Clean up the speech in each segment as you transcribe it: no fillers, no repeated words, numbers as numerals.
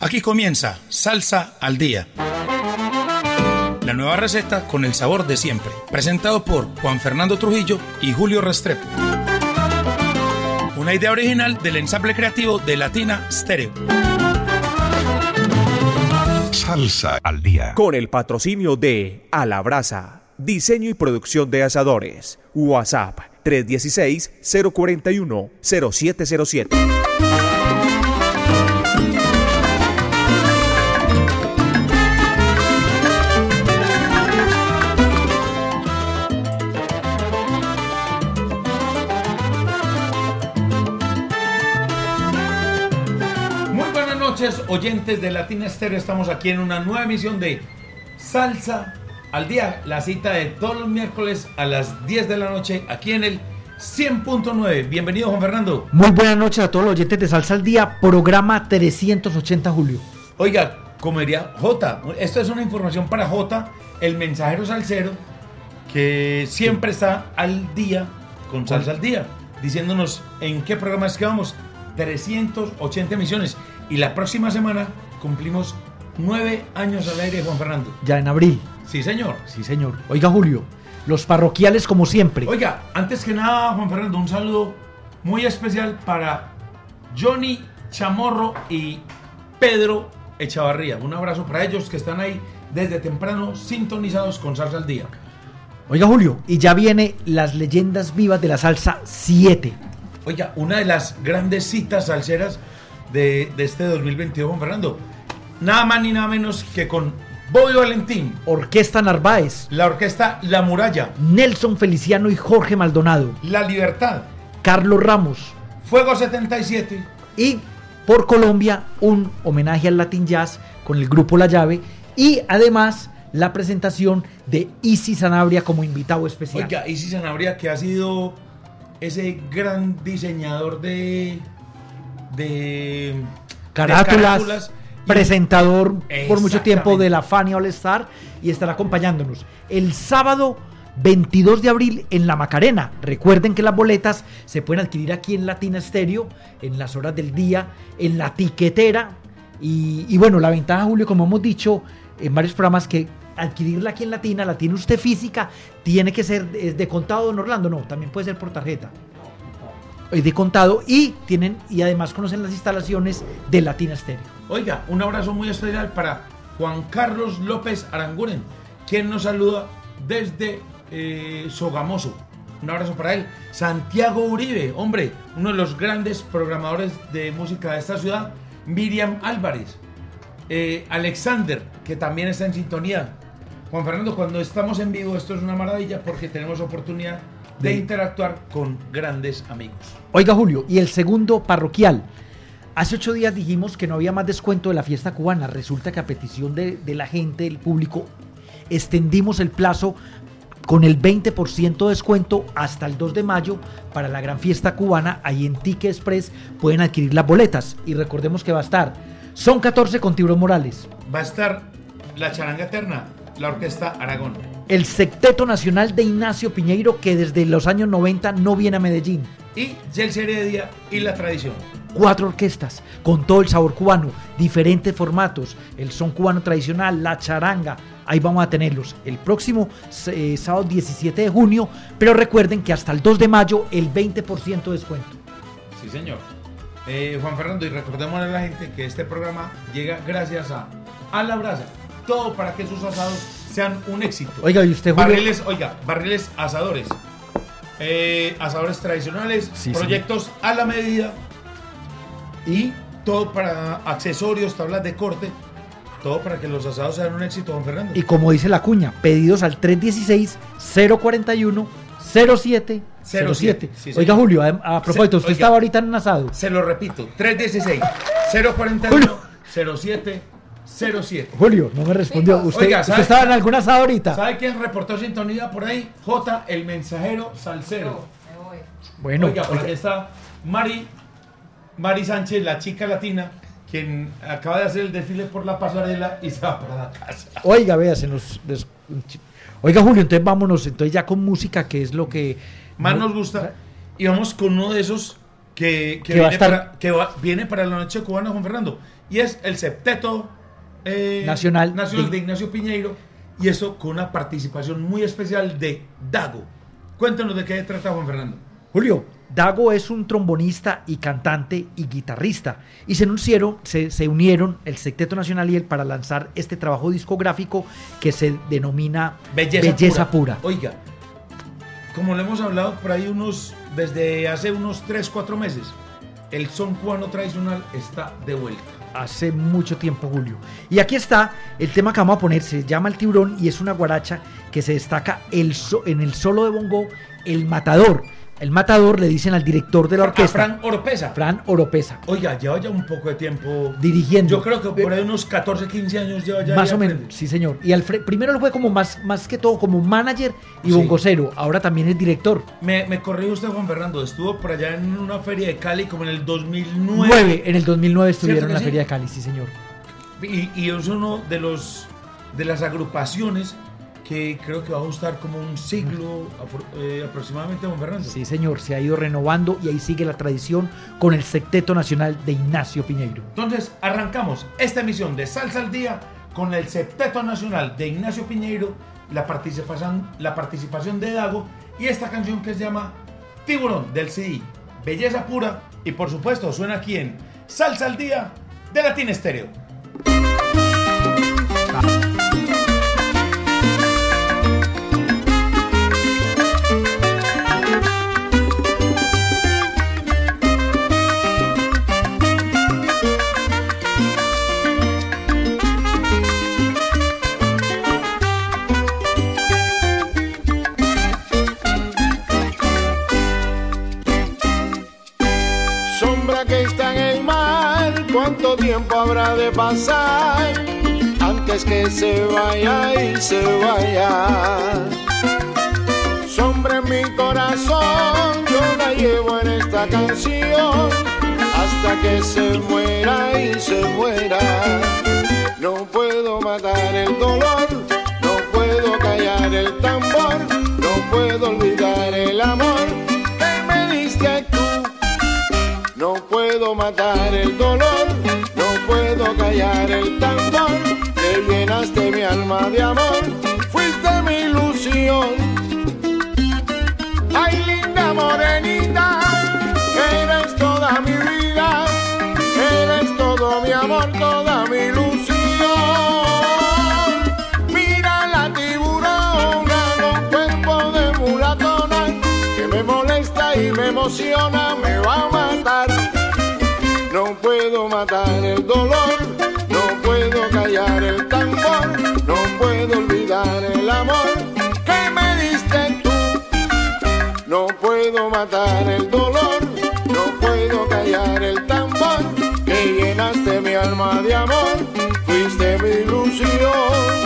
Aquí comienza Salsa al Día. La nueva receta con el sabor de siempre. Presentado por Juan Fernando Trujillo y Julio Restrepo. Una idea original del ensamble creativo de Latina Stereo. Salsa al Día. Con el patrocinio de A la Brasa, diseño y producción de asadores. WhatsApp 316-041-0707. Oyentes de Latina Stereo, estamos aquí en una nueva emisión de Salsa al Día, la cita de todos los miércoles a las 10 de la noche aquí en el 100.9. Bienvenido, Juan Fernando. Muy buenas noches a todos los oyentes de Salsa al Día, programa 380, Julio. Oiga, como diría Jota, esto es una información para Jota, el mensajero salsero, que siempre está al día con Salsa al Día, diciéndonos en qué programa es que vamos. 380 emisiones. Y la próxima semana cumplimos 9 años al aire, Juan Fernando. Ya en abril. Sí, señor. Sí, señor. Oiga, Julio, los parroquiales como siempre. Oiga, antes que nada, Juan Fernando, un saludo muy especial para Johnny Chamorro y Pedro Echavarría. Un abrazo para ellos que están ahí desde temprano sintonizados con Salsa al Día. Oiga, Julio, y ya viene las leyendas vivas de la salsa 7. Oiga, una de las grandes citas salseras de este 2022, Juan Fernando. Nada más ni nada menos que con Bobby Valentín, Orquesta Narváez, la orquesta La Muralla, Nelson Feliciano y Jorge Maldonado, La Libertad, Carlos Ramos, Fuego 77 y por Colombia un homenaje al Latin Jazz con el grupo La Llave y además la presentación de Isi Sanabria como invitado especial. Oiga, Isi Sanabria, que ha sido ese gran diseñador de carátulas, presentador por mucho tiempo de la Fania All Star, y estará acompañándonos el sábado 22 de abril en La Macarena. Recuerden que las boletas se pueden adquirir aquí en Latina Stereo en las horas del día, en la tiquetera, y bueno, la ventaja, Julio, como hemos dicho en varios programas, que adquirirla aquí en Latina, la tiene usted física, tiene que ser de contado, don Orlando, no, también puede ser por tarjeta. De contado, y además conocen las instalaciones de Latina Stereo. Oiga, un abrazo muy especial para Juan Carlos López Aranguren, quien nos saluda desde Sogamoso. Un abrazo para él. Santiago Uribe, hombre, uno de los grandes programadores de música de esta ciudad. Miriam Álvarez, Alexander, que también está en sintonía. Juan Fernando, cuando estamos en vivo esto es una maravilla porque tenemos oportunidad de interactuar con grandes amigos. Oiga, Julio, y el segundo parroquial. Hace 8 días dijimos que no había más descuento de la fiesta cubana. Resulta que a petición de la gente, del público, extendimos el plazo con el 20% de descuento hasta el 2 de mayo para la gran fiesta cubana. Ahí en Ticket Express pueden adquirir las boletas. Y recordemos que va a estar Son 14 con Tiburón Morales. Va a estar la Charanga Eterna, la Orquesta Aragón. El Secteto Nacional de Ignacio Piñeiro, que desde los años 90 no viene a Medellín. Y Yeltsin Heredia y La Tradición. 4 orquestas con todo el sabor cubano, diferentes formatos, el son cubano tradicional, la charanga. Ahí vamos a tenerlos el próximo sábado 17 de junio, pero recuerden que hasta el 2 de mayo el 20% de descuento. Sí, señor. Juan Fernando, y recordemos a la gente que este programa llega gracias a La Brasa. Todo para que sus asados sean un éxito. Oiga, ¿y usted, Julio? Barriles asadores. Asadores tradicionales, sí, proyectos sí, a la medida. Y todo para accesorios, tablas de corte. Todo para que los asados sean un éxito, Juan Fernando. Y como dice la cuña, pedidos al 316-041-0707. Sí, oiga, Julio, a propósito, usted estaba ahorita en un asado. Se lo repito, 316-041-0707. Julio, no me respondió. ¿Usted estaba en algún asado ahorita? ¿Sabe quién reportó sintonía por ahí? J, el mensajero salsero. Bueno, oiga, por aquí está Mari Sánchez, la chica latina, quien acaba de hacer el desfile por la pasarela y se va para la casa. Oiga, vea, oiga, Julio, entonces vámonos ya con música, que es lo que más nos gusta, y vamos con uno de esos que viene para la noche cubana, Juan Fernando, y es el septeto Nacional de Ignacio Piñeiro, y eso con una participación muy especial de Dago. Cuéntanos de qué trata, Juan Fernando. Julio, Dago es un trombonista y cantante y guitarrista, y se unieron el Septeto Nacional y él para lanzar este trabajo discográfico que se denomina Belleza Pura. Oiga, como lo hemos hablado por ahí desde hace unos 3-4 meses, el son cubano tradicional está de vuelta. Hace mucho tiempo, Julio. Y aquí está el tema que vamos a poner, se llama El Tiburón y es una guaracha que se destaca en el solo de bongo, El Matador. El Matador le dicen al director de la orquesta. Fran Oropesa. Oiga, lleva ya un poco de tiempo dirigiendo. Yo creo que por ahí unos 14, 15 años lleva ya. Más o menos, sí señor. Y primero él fue como más que todo como manager y bongocero. Ahora también es director. Me corrió usted, Juan Fernando. Estuvo por allá en una feria de Cali como en el 2009. En el 2009 estuvieron en la feria de Cali, sí señor. Y es uno de las agrupaciones que creo que va a gustar como un siglo aproximadamente, Juan Fernando. Sí, señor, se ha ido renovando y ahí sigue la tradición con el Septeto Nacional de Ignacio Piñeiro. Entonces, arrancamos esta emisión de Salsa al Día con el Septeto Nacional de Ignacio Piñeiro, la participación de Dago y esta canción que se llama Tiburón del CD Belleza Pura, y por supuesto suena aquí en Salsa al Día de Latina Estéreo. ¿Cuánto tiempo habrá de pasar antes que se vaya y se vaya? Sombra en mi corazón, yo la llevo en esta canción hasta que se muera y se muera. No puedo matar el dolor, no puedo callar el tambor, no puedo olvidar el amor que me diste tú. No puedo matar el dolor, no puedo callar el tambor, que llenaste mi alma de amor, fuiste mi ilusión. Ay, linda morenita, eres toda mi vida, eres todo mi amor, toda mi ilusión. Mira la tiburona con cuerpo de mulatona, que me molesta y me emociona, me va a matar. No puedo matar el dolor, no puedo callar el tambor, no puedo olvidar el amor que me diste tú. No puedo matar el dolor, no puedo callar el tambor, que llenaste mi alma de amor, fuiste mi ilusión.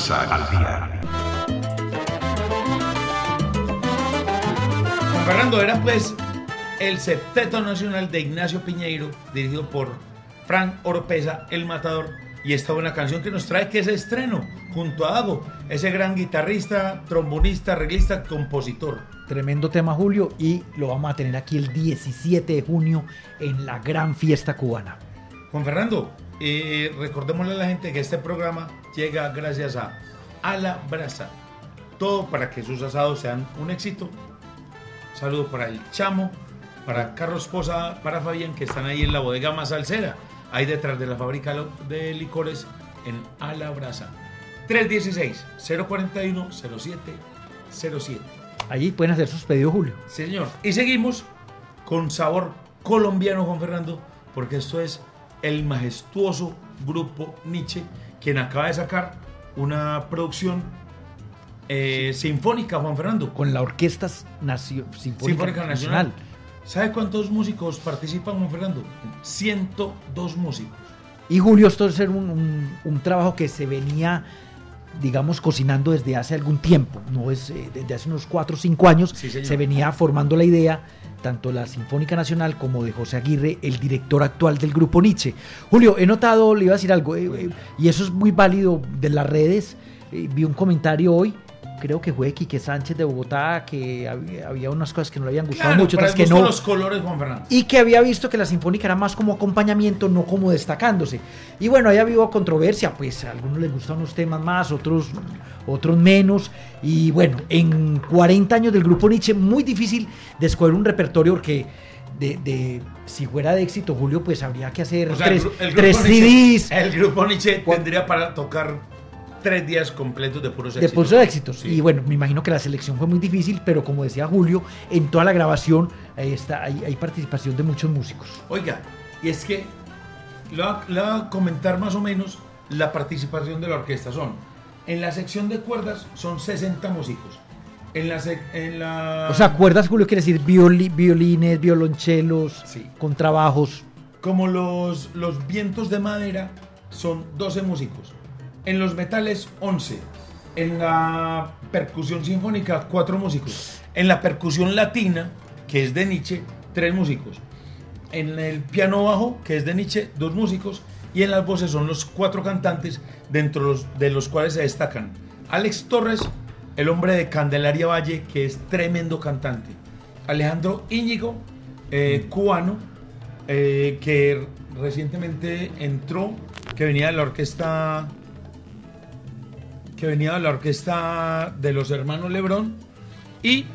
Salsa al día. Juan Fernando, era pues el Septeto Nacional de Ignacio Piñeiro, dirigido por Frank Oropesa, El Matador, y esta buena canción que nos trae, que es estreno, junto a Dago, ese gran guitarrista, trombonista, arreglista, compositor. Tremendo tema, Julio, y lo vamos a tener aquí el 17 de junio en la gran fiesta cubana. Juan Fernando, recordémosle a la gente que este programa llega gracias a La Brasa. Todo para que sus asados sean un éxito. Saludo para el Chamo, para Carlos Poza, para Fabián, que están ahí en la bodega más salsera, ahí detrás de la fábrica de licores en A La Brasa. 316-041-0707. Allí pueden hacer sus pedidos, Julio. Sí, señor. Y seguimos con sabor colombiano, Juan Fernando, porque esto es el majestuoso grupo Nietzsche, quien acaba de sacar una producción sinfónica, Juan Fernando. Con la Orquesta Sinfónica Nacional. ¿Sabe cuántos músicos participan, Juan Fernando? 102 músicos. Y Julio, esto es un trabajo que se venía, digamos, cocinando desde hace algún tiempo. No es desde hace unos 4 o 5 años. Sí, se venía formando la idea, tanto la Sinfónica Nacional como de José Aguirre, el director actual del grupo Nietzsche. Julio, he notado, le iba a decir algo, y eso es muy válido de las redes. Vi un comentario hoy, creo que fue Quique Sánchez de Bogotá, que había unas cosas que no le habían gustado mucho, otras que no. Los colores, Juan Fernando. Y que había visto que la Sinfónica era más como acompañamiento, no como destacándose. Y bueno, ahí ha habido controversia, pues a algunos les gustan unos temas más, otros menos. Y bueno, en 40 años del grupo Nietzsche, muy difícil de escoger un repertorio, porque si fuera de éxito, Julio, pues habría que hacer, o sea, tres CDs. El grupo Nietzsche tendría para tocar 3 días completos de puros éxitos. De puros éxitos. Sí. Y bueno, me imagino que la selección fue muy difícil, pero como decía Julio, en toda la grabación hay participación de muchos músicos. Oiga, y es que le voy a comentar más o menos la participación de la orquesta. En la sección de cuerdas son 60 músicos. O sea, cuerdas, Julio, quiere decir violines, violonchelos, sí, contrabajos. Como los vientos de madera son 12 músicos. En los metales, 11. En la percusión sinfónica, 4 músicos. En la percusión latina, que es de Nietzsche, 3 músicos. En el piano bajo, que es de Nietzsche, 2 músicos. Y en las voces son los 4 cantantes, dentro de los cuales se destacan Alex Torres, el hombre de Candelaria Valle, que es tremendo cantante. Alejandro Íñigo, cubano, que recientemente entró, que venía de la orquesta de los hermanos Lebrón, y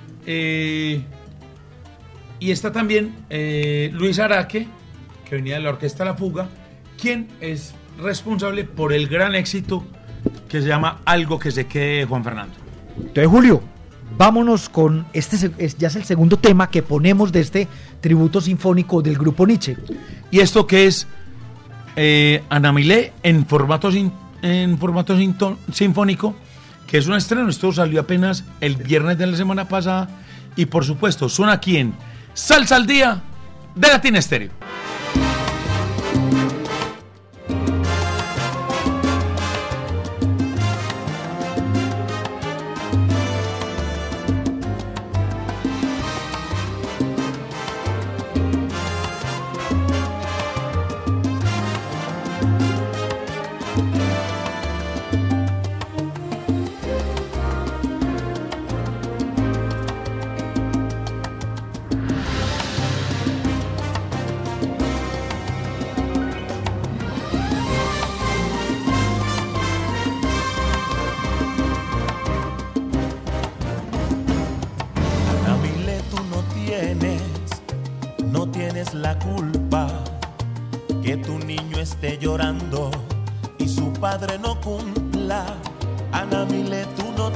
está también Luis Araque, que venía de la orquesta La Fuga, quien es responsable por el gran éxito que se llama Algo que se quede, Juan Fernando. Entonces, Julio, vámonos con ya es el segundo tema que ponemos de este tributo sinfónico del grupo Nietzsche. Y esto que es Ana Milé en formato sinfónico, que es un estreno. Esto salió apenas el viernes de la semana pasada y por supuesto suena aquí en Salsa al Día de Latina Estéreo. La culpa que tu niño esté llorando y su padre no cumpla. Ana Milé, tú no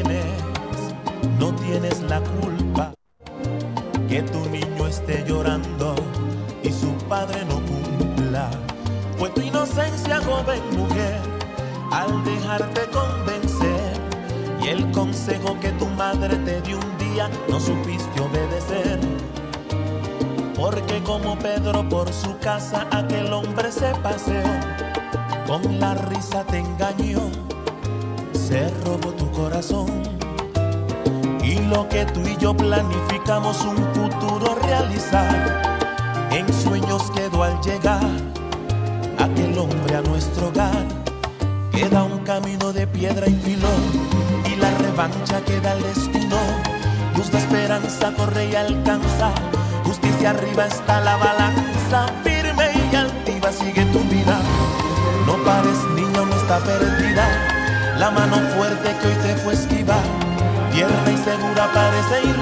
tienes la culpa que tu niño esté llorando y su padre no cumpla. Fue tu inocencia, joven mujer, al dejarte convencer, y el consejo que tu madre te dio un día no supiste obedecer. Porque como Pedro por su casa aquel hombre se paseó, con la risa te engañó, se robó tu corazón. Y lo que tú y yo planificamos un futuro realizar, en sueños quedó al llegar aquel hombre a nuestro hogar. Queda un camino de piedra y filón, y la revancha queda al destino. Luz de esperanza corre y alcanza, justicia arriba está la balanza. Firme y altiva sigue tu vida, no pares niña, no está perdida. La mano fuerte que hoy te fue esquivar, tierna y segura parece y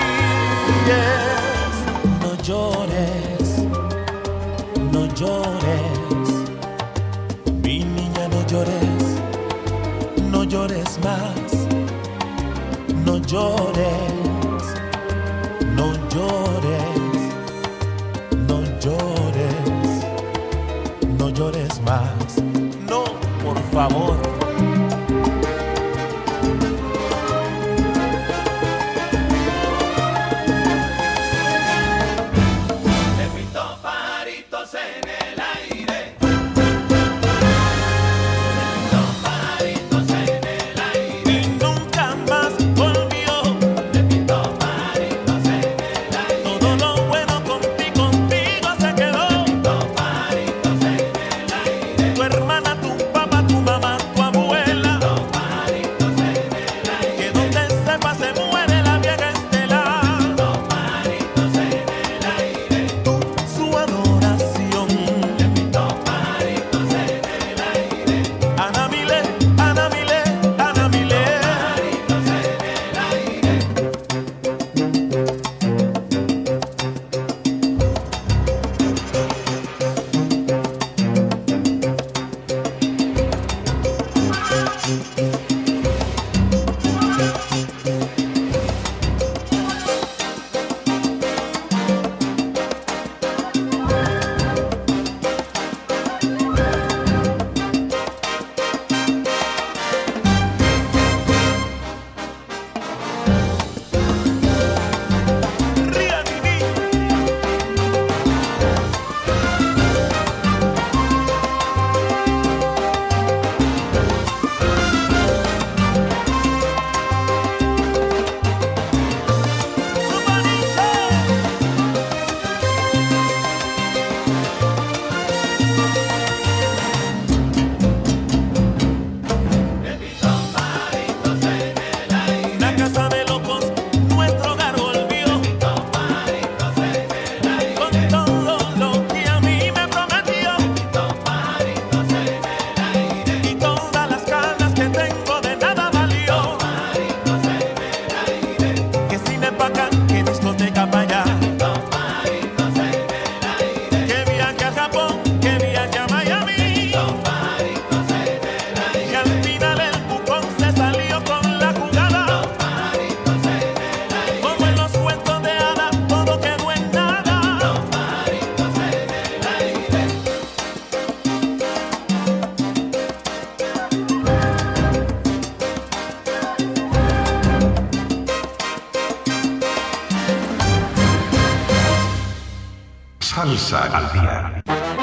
ríes. No llores, no llores, mi niña, no llores, no llores más. No llores, no llores, no llores, no llores más. No, por favor. Salsa al día.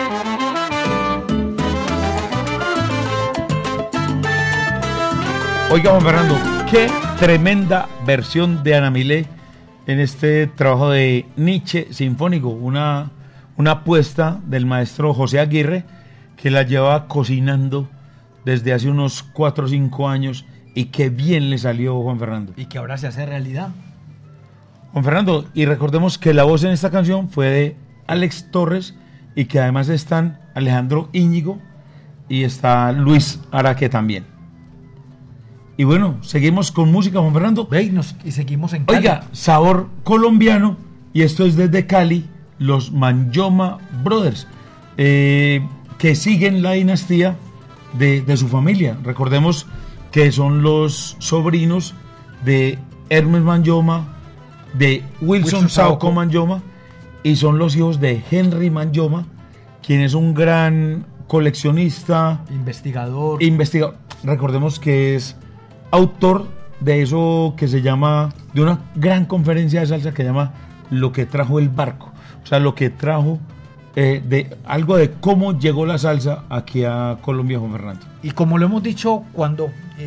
Oiga, Juan Fernando, qué tremenda versión de Ana Milé en este trabajo de Nietzsche Sinfónico, una apuesta del maestro José Aguirre que la lleva cocinando desde hace unos 4 o 5 años y qué bien le salió, Juan Fernando. Y que ahora se hace realidad. Juan Fernando, y recordemos que la voz en esta canción fue de Alex Torres y que además están Alejandro Íñigo y está Luis Araque también. Y bueno, seguimos con música, Juan Fernando. Y seguimos en Cali. Oiga, sabor colombiano, y esto es desde Cali, los Manyoma Brothers, que siguen la dinastía de su familia. Recordemos que son los sobrinos de Hermes Manyoma, de Wilson Saoko Manyoma, y son los hijos de Henry Manyoma, quien es un gran coleccionista, investigador. Recordemos que es autor de eso que se llama, de una gran conferencia de salsa que se llama Lo que trajo el barco, o sea, lo que trajo de algo de cómo llegó la salsa aquí a Colombia, Juan Fernando. Y como lo hemos dicho cuando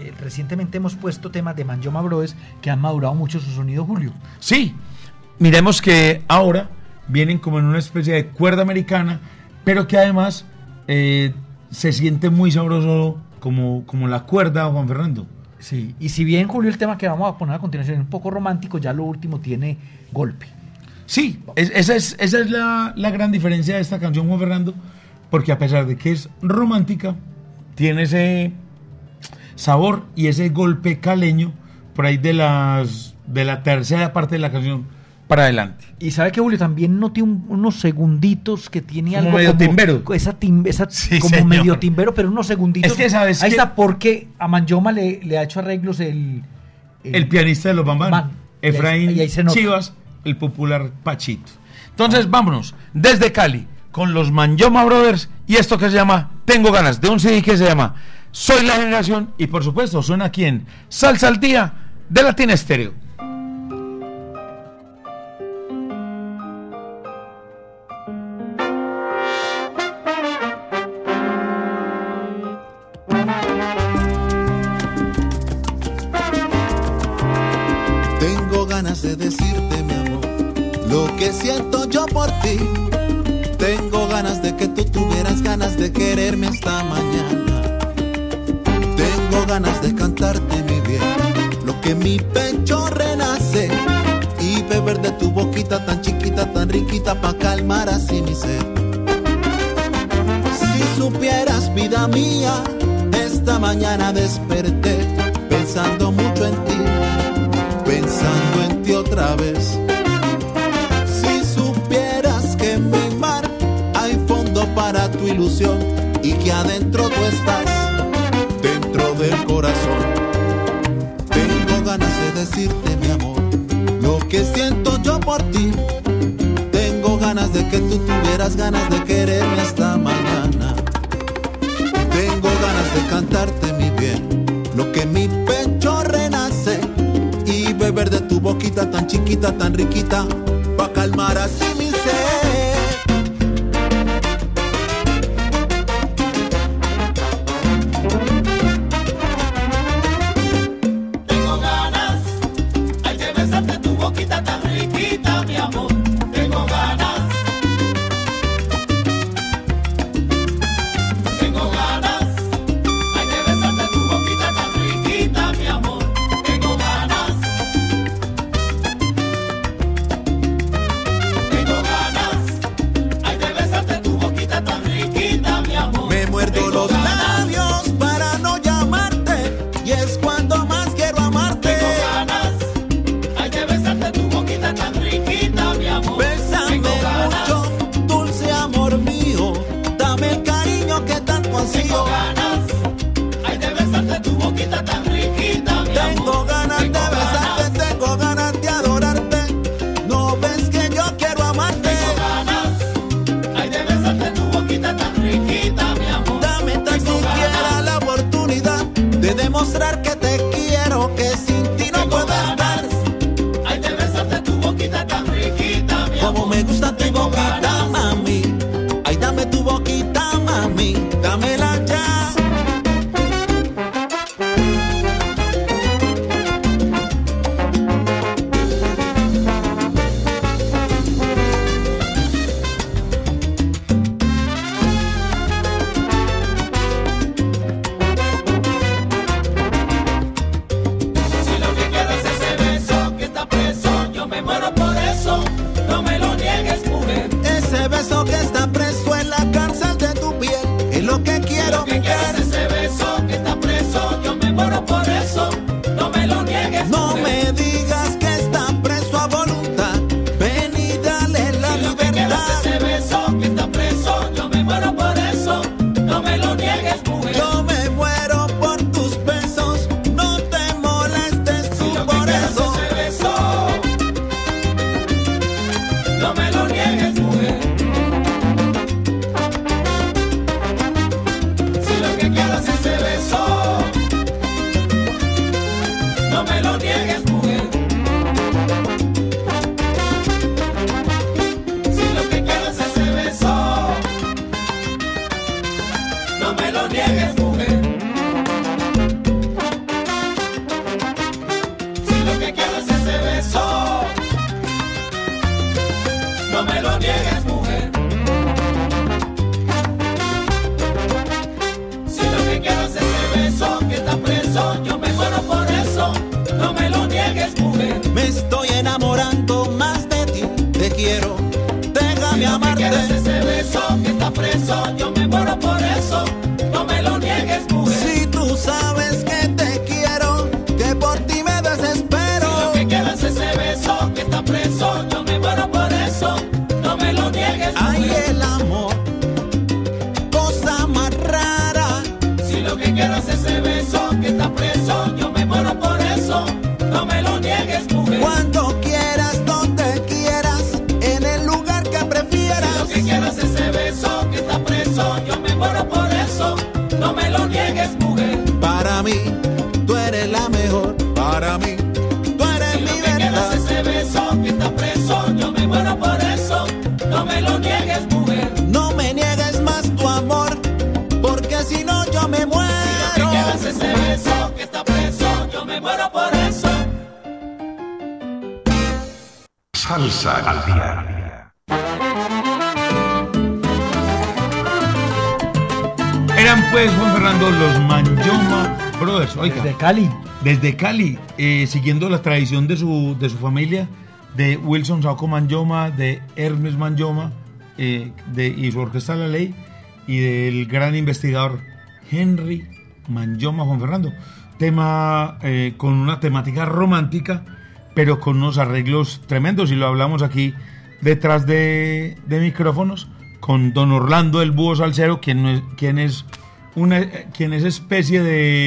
recientemente hemos puesto temas de Manyoma Brothers que han madurado mucho su sonido, Julio. Sí, miremos que ahora vienen como en una especie de cuerda americana, pero que además se siente muy sabroso como la cuerda, Juan Fernando. Sí, y si bien, Julio, el tema que vamos a poner a continuación es un poco romántico, ya lo último tiene golpe. Sí, esa es la gran diferencia de esta canción, Juan Fernando, porque a pesar de que es romántica, tiene ese sabor y ese golpe caleño por ahí de la tercera parte de la canción para adelante. Y sabe que, Julio, también noté unos segunditos que tiene como algo medio como timbero. Sí, como señor. medio timbero, pero unos segunditos. Es que sabes ahí que está, porque a Manyoma le ha hecho arreglos el pianista de los Bambán, Efraín y ahí se nota. Chivas, el popular Pachito. Entonces vámonos desde Cali con los Manyoma Brothers y esto que se llama Tengo Ganas, de un CD que se llama Soy la Generación, y por supuesto suena aquí en Salsa al Día de Latina Estéreo. Tengo ganas de decirte, mi amor, lo que siento yo por ti. Tengo ganas de que tú tuvieras ganas de quererme esta mañana. Tengo ganas de cantarte, mi bien, lo que mi pecho renace, y beber de tu boquita tan chiquita, tan riquita, pa' calmar así mi sed. Si supieras, vida mía, esta mañana desperté pensando mucho en ti, pensando en ti otra vez. Si supieras que en mi mar hay fondo para tu ilusión y que adentro tú estás, dentro del corazón. Tengo ganas de decirte, mi amor, lo que siento yo por ti. Tengo ganas de que tú tuvieras ganas de quererme esta mañana. Tengo ganas de cantarte, mi bien, lo que mi pecho renace, y beber de tu boquita tan chiquita, tan riquita, pa' calmar así mi sed. Tengo ganas, hay de besarte tu boquita tan riquita, mi amor. Tengo ganas. Tengo ganas, hay de besarte tu boquita tan riquita, mi amor. Tengo ganas. Tengo ganas, lo niegues, mujer. Si lo que quiero es ese beso que está preso, yo me muero por eso. No me lo niegues, mujer. Me estoy enamorando más de ti, te quiero, déjame amarte. Si lo que quiero es ese beso que está preso, yo me muero por eso. No me lo niegues, mujer. Si tú sabes que te quiero, que por ti me desespero. Si lo que quiero es ese beso que está preso, yo me muero por eso. No me lo niegues, mujer. Ay, el amor, cosa más rara. Si lo que quiero es ese beso que está preso, yo me muero por eso. No me lo niegues, mujer. Cuando quieras, donde quieras, en el lugar que prefieras. Si lo que quiero es ese beso que está preso, yo me muero por eso. No me lo niegues, mujer. Para mí, tú eres la mejor. Para mí, tú eres Si mi lo que quiero verdad. es ese beso que está preso, yo me muero por eso. No me lo niegues, mujer. No me niegues más tu amor, porque si no yo me muero. Si lo que quiero es ese beso que está preso, yo me muero por eso. Salsa al día. Eran pues, Juan Fernando, los Manyoma Brothers. Oiga, De Cali. desde Cali, siguiendo la tradición de su familia, de Wilson Saoko Manyoma, de Hermes Manyoma, y su orquesta La Ley, y del gran investigador Henry Manyoma, Juan Fernando. Tema con una temática romántica, pero con unos arreglos tremendos, y lo hablamos aquí detrás de micrófonos, con don Orlando el Búho Salsero, quien es especie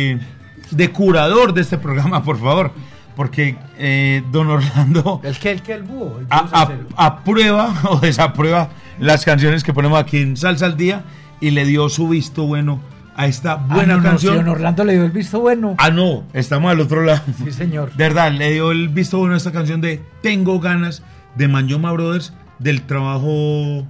de curador de este programa, por favor, porque don Orlando El búho. El búho salsero. aprueba o desaprueba las canciones que ponemos aquí en Salsa al Día, y le dio su visto bueno a esta buena no, canción. Si don Orlando le dio el visto bueno. No, estamos al otro lado. Sí, señor. De verdad, le dio el visto bueno a esta canción de Tengo Ganas, de Manyoma Brothers, del trabajo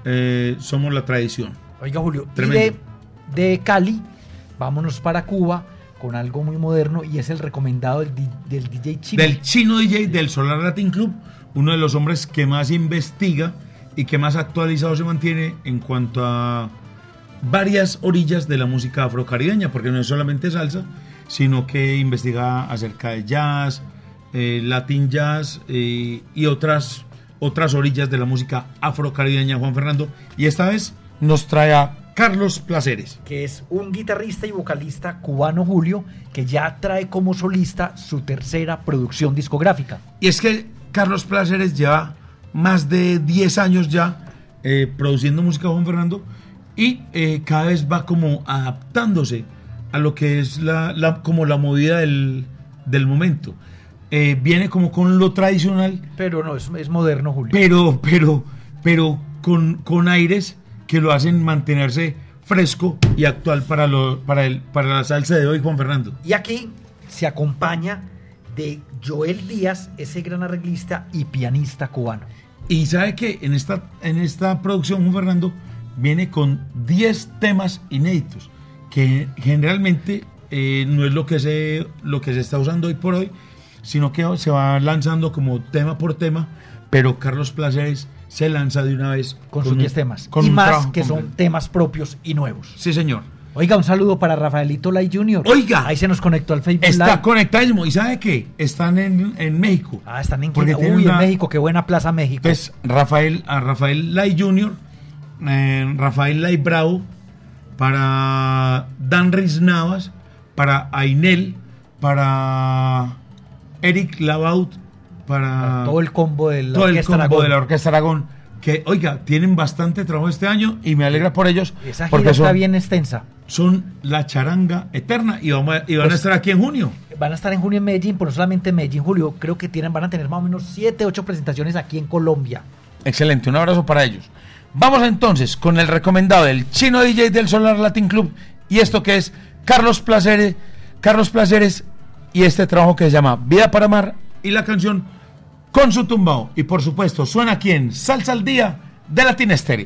Somos la Tradición. Oiga, Julio, Tremendo. y de Cali, vámonos para Cuba con algo muy moderno, y es el recomendado del DJ Chino. Del Chino DJ del Solar Latin Club, uno de los hombres que más investiga y que más actualizado se mantiene en cuanto a varias orillas de la música afrocaribeña, porque no es solamente salsa, sino que investiga acerca de jazz, latin jazz, y otras orillas de la música afrocaribeña, Juan Fernando, y esta vez nos trae a Carlos Placeres, que es un guitarrista y vocalista cubano, Julio, que ya trae como solista su tercera producción discográfica. y es que Carlos Placeres lleva más de 10 años ya produciendo música, Juan Fernando, y cada vez va como adaptándose a lo que es como la movida del momento. Viene como con lo tradicional, Pero no, es moderno, Julio. pero con aires que lo hacen mantenerse fresco y actual para la salsa de hoy, Juan Fernando. Y aquí se acompaña de Joel Díaz, ese gran arreglista y pianista cubano. Y sabe que en esta producción, Juan Fernando, viene con 10 temas inéditos, que generalmente no es lo que se está usando hoy por hoy, sino que se va lanzando como tema por tema, pero Carlos Placeres se lanza de una vez Con sus 10 temas. con Y un más trabajo que son completo. temas propios y nuevos. Sí, señor. Oiga, un saludo para Rafaelito Lai Jr. Oiga. Ahí se nos conectó al Facebook Está Live. conectadísimo. ¿Y sabe qué? Están en México. Están en Porque Quito. tiene Uy, una- en México, qué buena plaza México. Pues Rafael Lai Jr., Rafael Lai Bravo, para Danris Navas, para Ainel, para Eric Lavaut, para todo el combo de la todo el Orquesta combo Aragón. de la Orquesta Aragón, que, oiga, tienen bastante trabajo este año y me alegra por ellos. Esa gira porque está bien extensa. son la charanga eterna y van a Pues, estar aquí en junio. Van a estar en junio en Medellín, pero no solamente en Medellín, Julio. Creo que van a tener más o menos 7, 8 presentaciones aquí en Colombia. Excelente, un abrazo para ellos. Vamos entonces con el recomendado del Chino DJ del Solar Latin Club, y esto que es Carlos Placeres, y este trabajo que se llama Vida para Amar, y la canción Con su tumbao. Y por supuesto suena aquí en Salsa al Día de Latin Stereo.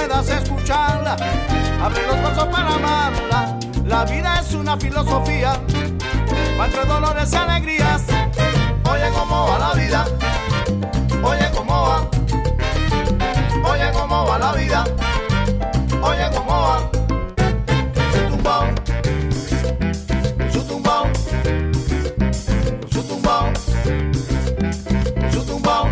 puedas escucharla. Abre los brazos para amarla. La vida es una filosofía, va entre dolores y alegrías. Oye cómo va la vida, oye cómo va, oye cómo va la vida, oye cómo va. Su tumbao, su tumbao, su tumbao, su tumbao.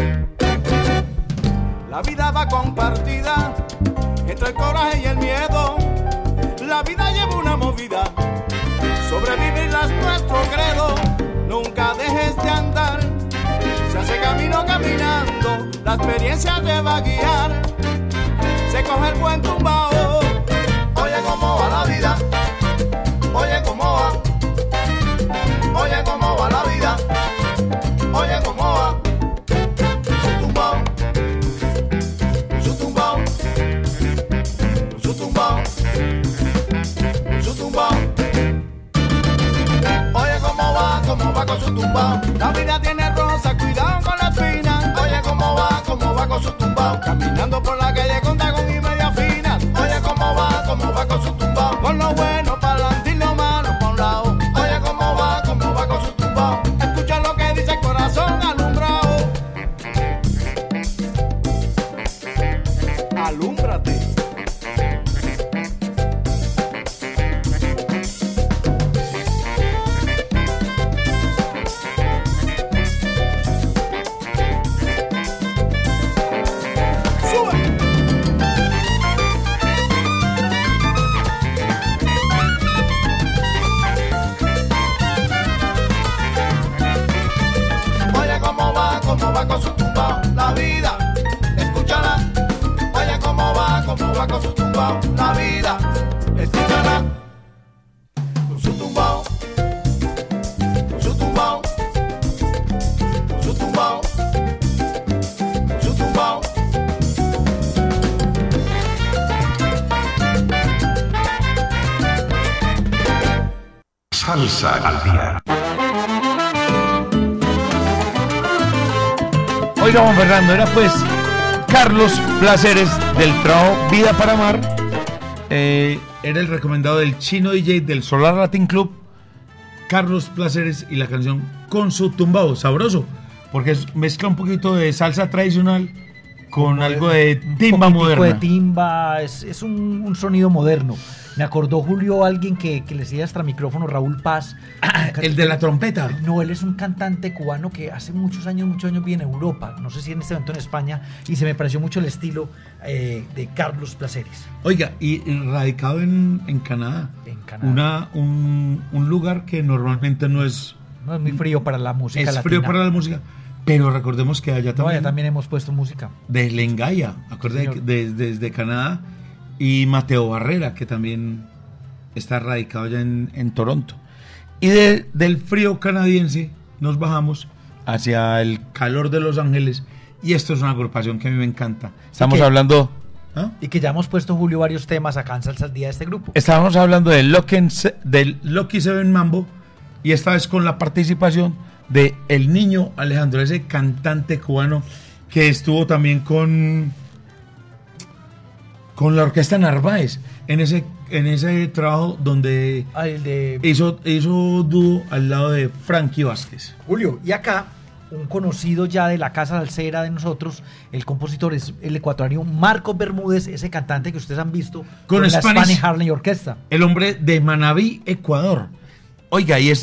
La vida va compartida entre el coraje y el miedo. La vida lleva una movida, sobrevivirla es nuestro credo. Nunca dejes de andar, se hace camino caminando, la experiencia te va a guiar. Se coge el buen tumbao. Oye cómo va la vida, oye cómo va, oye cómo va la vida, oye cómo va. Su tumbao, su tumbao, su tumbao, su tumbao. Oye cómo va con su tumbao. La vida tiene rosa, cuidado con la espina. Oye cómo va con su tumbao. Caminando por la calle con tacón y media fina. Oye cómo va con su tumbao. Con lo bueno para adelante y lo malo para un lado. Oye cómo va con su tumbao. Escucha lo que dice el corazón alumbrado. Alúmbrate. Con su tumbao, la vida, escúchala. Oye cómo va con su tumbao, la vida, escúchala. Con su tumbao, con su tumbao, con su tumbao, con su tumbao. Salsa al día. Oiga, Juan Fernando, era pues Carlos Placeres del trabajo Vida para Amar. Era el recomendado del Chino DJ del Solar Latin Club, Carlos Placeres, y la canción Con su tumbao, sabroso, porque mezcla un poquito de salsa tradicional con algo de timba moderna. De timba, es un sonido moderno. Me acordó, Julio, alguien que le decía extra micrófono, Raúl Paz. El de la trompeta. No, él es un cantante cubano que hace muchos años vive en Europa. No sé si en este momento en España. Y se me pareció mucho el estilo de Carlos Placeres. Oiga, y radicado en Canadá. En Canadá. Un lugar que normalmente no es muy frío para la música latina. Es frío para la música. Pero recordemos que allá también. Allá también hemos puesto música. De Lengaya, acuérdate, desde Canadá. Y Mateo Barrera, que también está radicado allá en Toronto. Y del frío canadiense nos bajamos hacia el calor de Los Ángeles. Y esto es una agrupación que a mí me encanta. Estamos hablando... ¿Ah? Y que ya hemos puesto, Julio, varios temas acá en Salsa al Día de este grupo. Estábamos hablando del Lucky Seven Mambo. Y esta vez con la participación de El Niño Alejandro, ese cantante cubano que estuvo también con la Orquesta Narváez en ese trabajo donde hizo dúo al lado de Frankie Vázquez. Julio, y acá un conocido ya de la casa salsera de nosotros, el compositor es el ecuatoriano Marcos Bermúdez, ese cantante que ustedes han visto con la Spanish Harley Orquesta. El hombre de Manabí, Ecuador. Oiga, y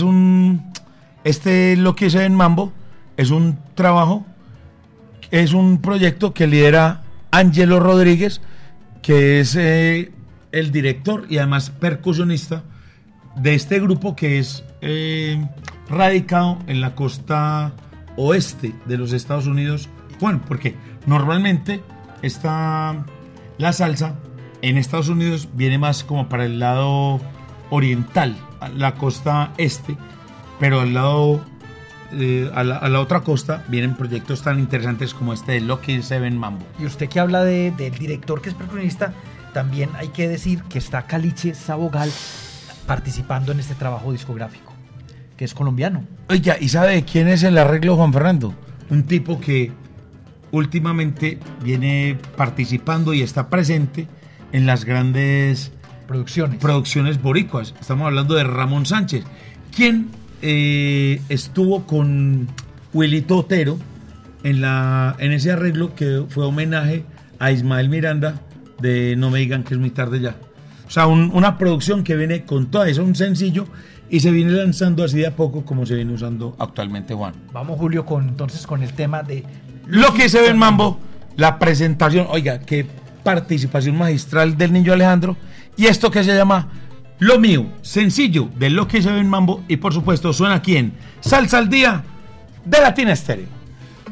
lo que hice en Mambo es un trabajo, es un proyecto que lidera Ángelo Rodríguez, que es el director y además percusionista de este grupo, que es radicado en la costa oeste de los Estados Unidos. Bueno, porque normalmente la salsa en Estados Unidos viene más como para el lado oriental, la costa este, pero al lado a la otra costa vienen proyectos tan interesantes como este de Lucky Seven Mambo. Y usted que habla del director que es percusionista, también hay que decir que está Caliche Sabogal participando en este trabajo discográfico, que es colombiano. Oiga, ¿y sabe de quién es el arreglo, Juan Fernando? Un tipo que últimamente viene participando y está presente en las grandes producciones boricuas. Estamos hablando de Ramón Sánchez, quien estuvo con Wilito Otero en ese arreglo que fue homenaje a Ismael Miranda de No me digan que es muy tarde ya. O sea, una producción que viene con todo eso, un sencillo, y se viene lanzando así de a poco como se viene usando actualmente, Juan. Vamos, Julio, entonces con el tema de Lo que se ve en Mambo, la presentación, oiga, qué participación magistral del niño Alejandro, y esto que se llama Lo Mío, sencillo de Lo que se ve en Mambo, y por supuesto suena aquí en Salsa al Día de Latina Estéreo.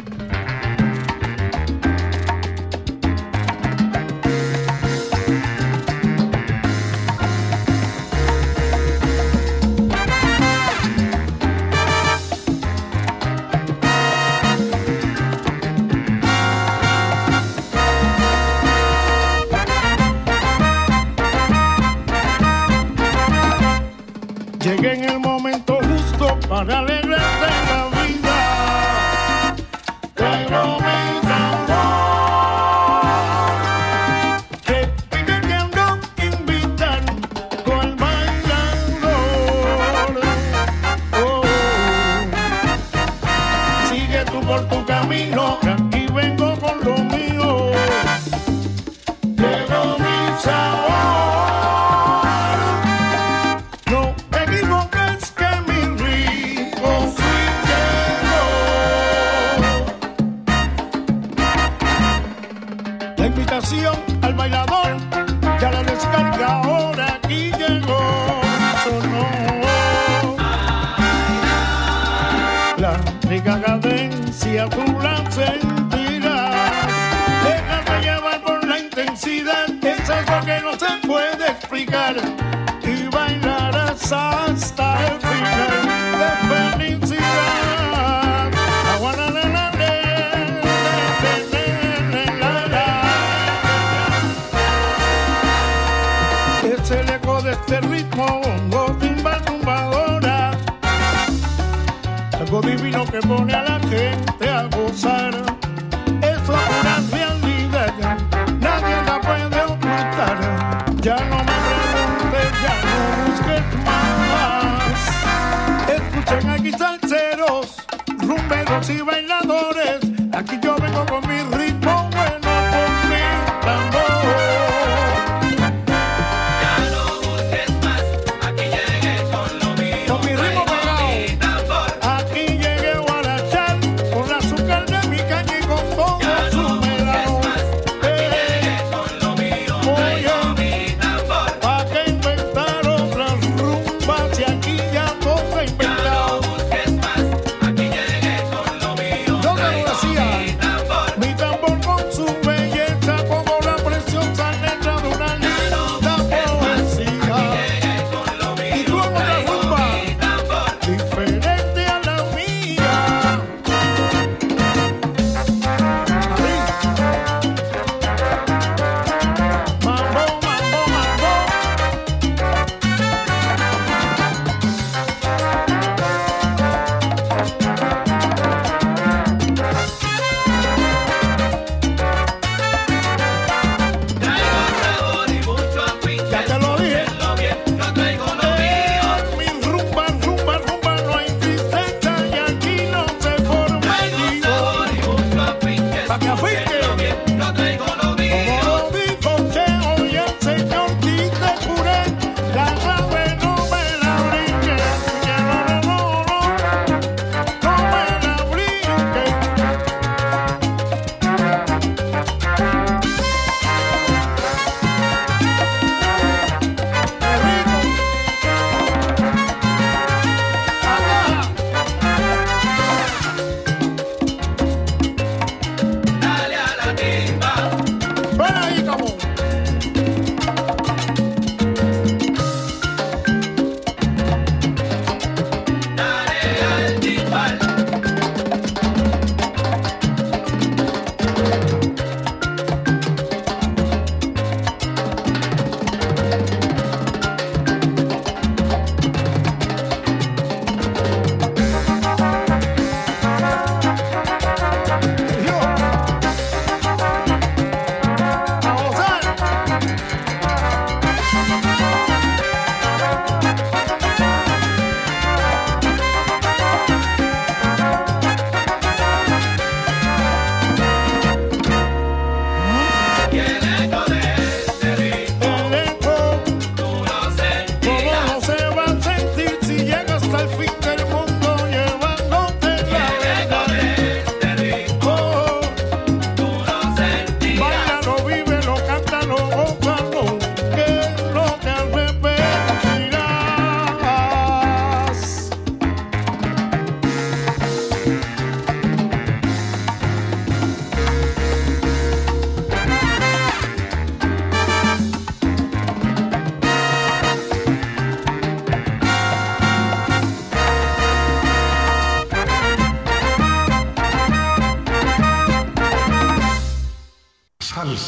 Llegué en el momento justo para alegrarte la vida, pero mi tambor que pide que ando invitar con bailador. Oh, sigue tú por tu camino, que aquí vengo con lo mío, pero mi sabor. Al bailador, ya la descarga ahora aquí llegó, sonó la rica cadencia, tú la sentirás, déjate llevar por la intensidad, es algo que no se puede explicar, y bailarás hasta el final de felicidad. Es el eco de este ritmo, bongo, timba, tumbadora, algo divino que pone a la gente a gozar. Es una realidad, nadie la puede ocultar. Ya no me preguntes, ya no busques más. Escuchen aquí salseros, rumberos y bailadores. Aquí yo vengo con mi ritmo bueno, con mi tambor.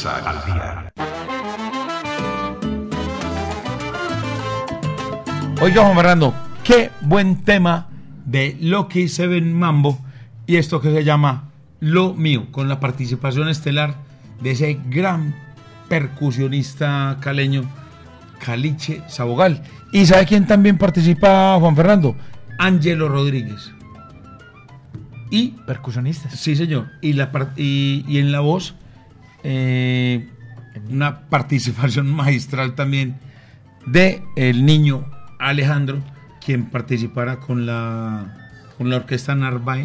Salsa al día. Oiga, Juan Fernando, qué buen tema de Lucky Seven Mambo y esto que se llama Lo Mío, con la participación estelar de ese gran percusionista caleño, Caliche Sabogal. ¿Y sabe quién también participa, Juan Fernando? Ángelo Rodríguez. Y Percusionistas. sí, señor. Y en la voz, una participación magistral también de el niño Alejandro, quien participará con la orquesta Narváez,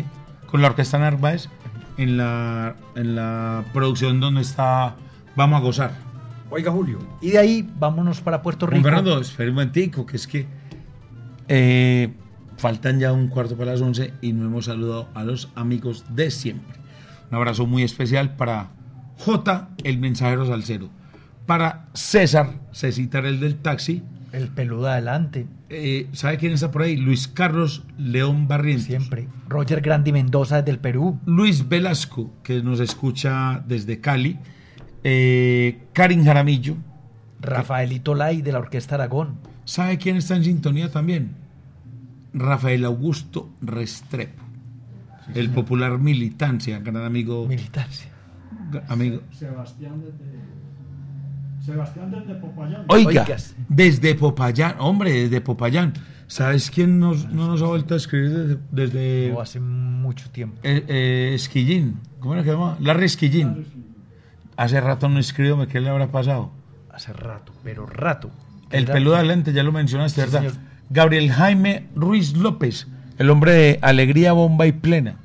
en la producción donde está Vamos a Gozar. Oiga, Julio. Y de ahí vámonos para Puerto Rico. Juan Fernando, espera un momentico, que es que faltan ya un cuarto para las 11 y no hemos saludado a los amigos de siempre. Un abrazo muy especial para J, el mensajero salsero, para César el del taxi. El peludo adelante. ¿Sabe quién está por ahí? Luis Carlos León Barrientos. Siempre. Roger Grandi Mendoza desde el Perú. Luis Velasco, que nos escucha desde Cali. Karin Jaramillo. Rafaelito Lai de la Orquesta Aragón. ¿Sabe quién está en sintonía también? Rafael Augusto Restrepo, sí, el popular Militancia, gran amigo. Militancia. Amigo. Sebastián desde Popayán. Oiga, Oigas. desde Popayán, hombre, desde Popayán. ¿Sabes quién no nos ha vuelto a escribir desde No, hace mucho tiempo. Esquillín? ¿Cómo era que se llama? Larry Esquillín. Hace rato no escribió, ¿qué le habrá pasado? Hace rato, pero rato. El peludo adelante, ya lo mencionaste, Sí, ¿verdad? señor. Gabriel Jaime Ruiz López, el hombre de Alegría, Bomba y Plena.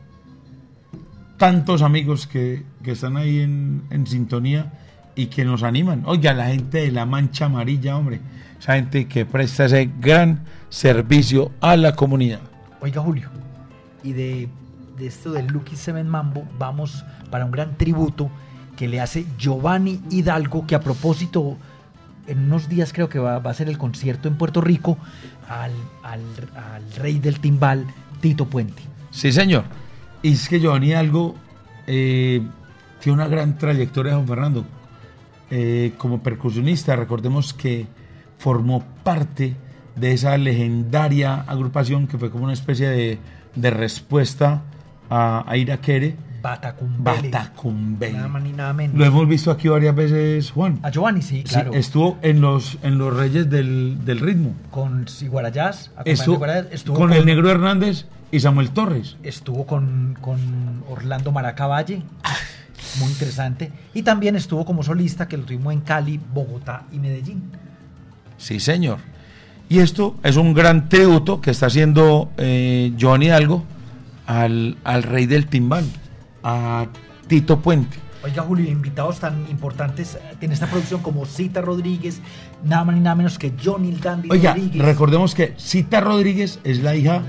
Tantos amigos que están ahí en sintonía y que nos animan. Oiga, la gente de la Mancha Amarilla, hombre, esa gente que presta ese gran servicio a la comunidad. Oiga, Julio, y de esto del Lucky Seven Mambo, vamos para un gran tributo que le hace Giovanni Hidalgo, que a propósito, en unos días creo que va a ser el concierto en Puerto Rico, al rey del timbal, Tito Puente. Sí, señor. Y es que Giovanni Hidalgo tiene una gran trayectoria, Juan Fernando. Como percusionista, recordemos que formó parte de esa legendaria agrupación que fue como una especie de respuesta a Iraquere. Batacumbele. Nada más ni nada menos. Lo hemos visto aquí varias veces, Juan. A Giovanni, sí, claro. Sí, estuvo en los Reyes del Ritmo. Con Siguarayás, Estuvo con el Negro Hernández y Samuel Torres. Estuvo con Orlando Maraca Valle, muy interesante. Y también estuvo como solista, que lo tuvimos en Cali, Bogotá y Medellín. Sí, señor. Y esto es un gran tributo que está haciendo Giovanni Hidalgo al rey del timbal, a Tito Puente. Oiga, Julio, invitados tan importantes en esta producción como Cita Rodríguez, nada más ni nada menos que Johnny Dandy Oiga, Rodríguez. recordemos que Cita Rodríguez es la hija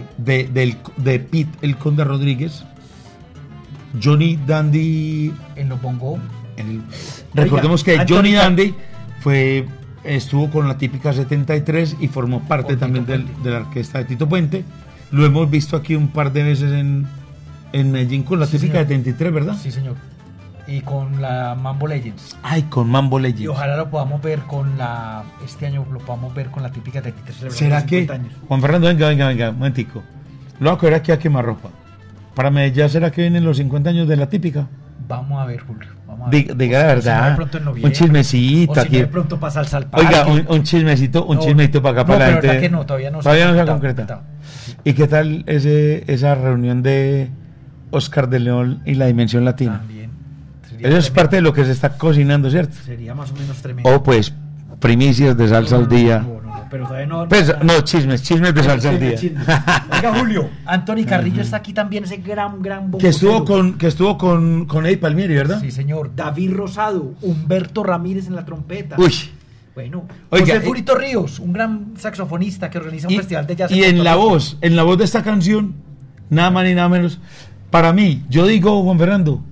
de Pete el Conde Rodríguez. Johnny Dandy en los bongó. Recordemos que Anthony Johnny Dandy estuvo con la típica 73 y formó parte también de la orquesta de Tito Puente. Lo hemos visto aquí un par de veces en Medellín con la típica señor. 73, ¿verdad? Sí, señor. Y con la Mambo Legends. Ay, con Mambo Legends. Y ojalá lo podamos ver este año lo podamos ver con la típica 73. ¿Será que? Años. Juan Fernando, venga, un momentico. Lo voy a coger aquí a quemarropa. Para Medellín, ¿será que vienen los 50 años de la típica? Vamos a ver, Julio. Vamos a ver. Diga la verdad. Un chismecito o aquí. Si no de pronto pasa al salparque. Oiga, un chismecito para acá, para la gente. Que no, todavía no se ha concretado. ¿Y qué tal esa reunión de Oscar de León y la Dimensión Latina? También. Eso es parte de lo que se está cocinando, ¿cierto? Sería más o menos tremendo. O pues primicias de salsa al día. No, pero todavía no. Pues, no, chismes de salsa al día. Oiga, Julio, Anthony Carrillo está aquí también, ese gran que estuvo con Eddie Palmieri, ¿verdad? Sí, señor. David Rosado, Humberto Ramírez en la trompeta. Uy. Bueno, oiga, José Furito Ríos, un gran saxofonista que organiza un festival de jazz. Y en la voz de esta canción, nada más ni nada menos, para mí, yo digo, Juan Fernando,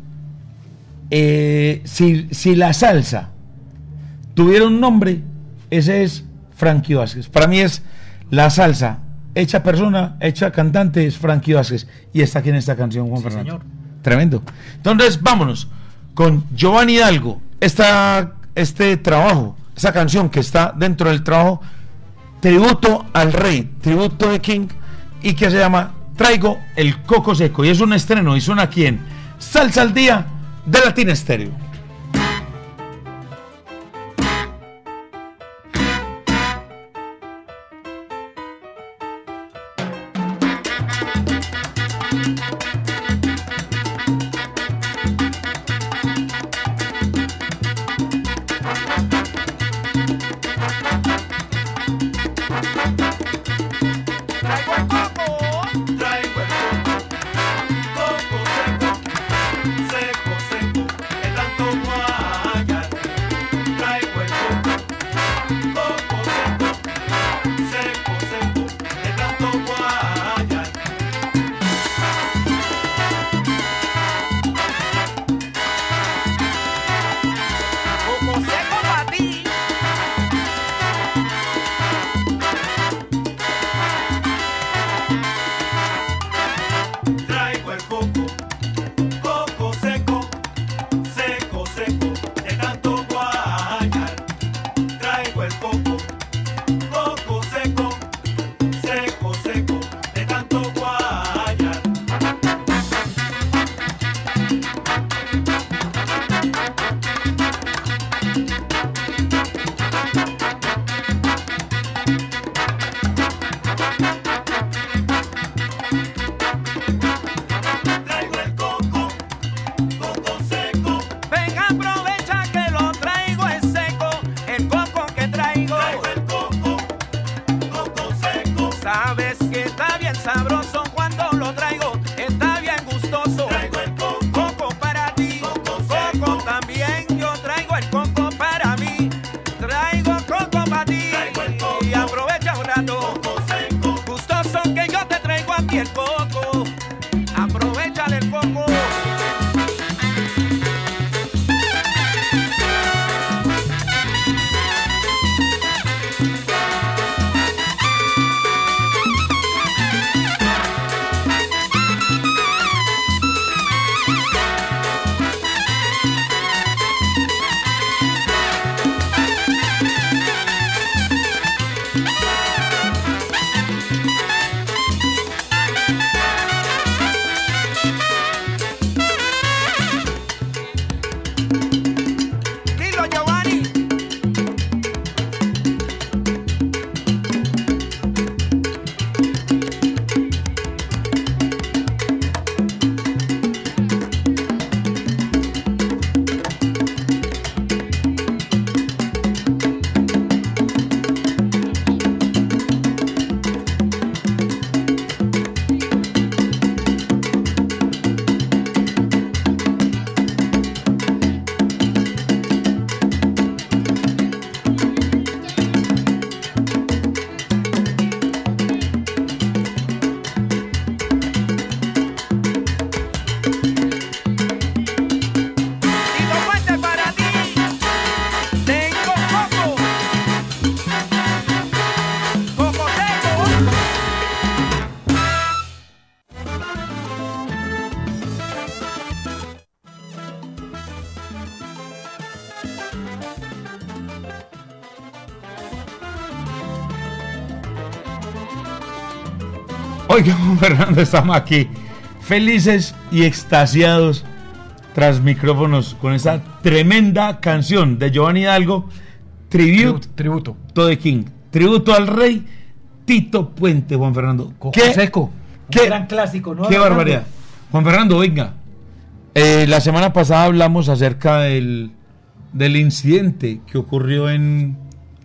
si la salsa tuviera un nombre, ese es Frankie Vázquez. Para mí es la salsa hecha persona, hecha cantante, es Frankie Vázquez. Y está aquí en esta canción, Juan Fernando. Señor. Tremendo. Entonces, vámonos con Giovanni Hidalgo este trabajo, esa canción que está dentro del trabajo, tributo al rey, tributo de King, y que se llama Traigo el Coco Seco, y es un estreno y suena aquí en Salsa al Día de Latina Estéreo. Oiga, Fernando, estamos aquí felices y extasiados tras micrófonos con esa tremenda canción de Giovanni Hidalgo, tributo de King, tributo al rey Tito Puente. Juan Fernando, Coco Seco, un gran clásico, ¿no? Qué barbaridad. Juan Fernando, venga, la semana pasada hablamos acerca del incidente que ocurrió en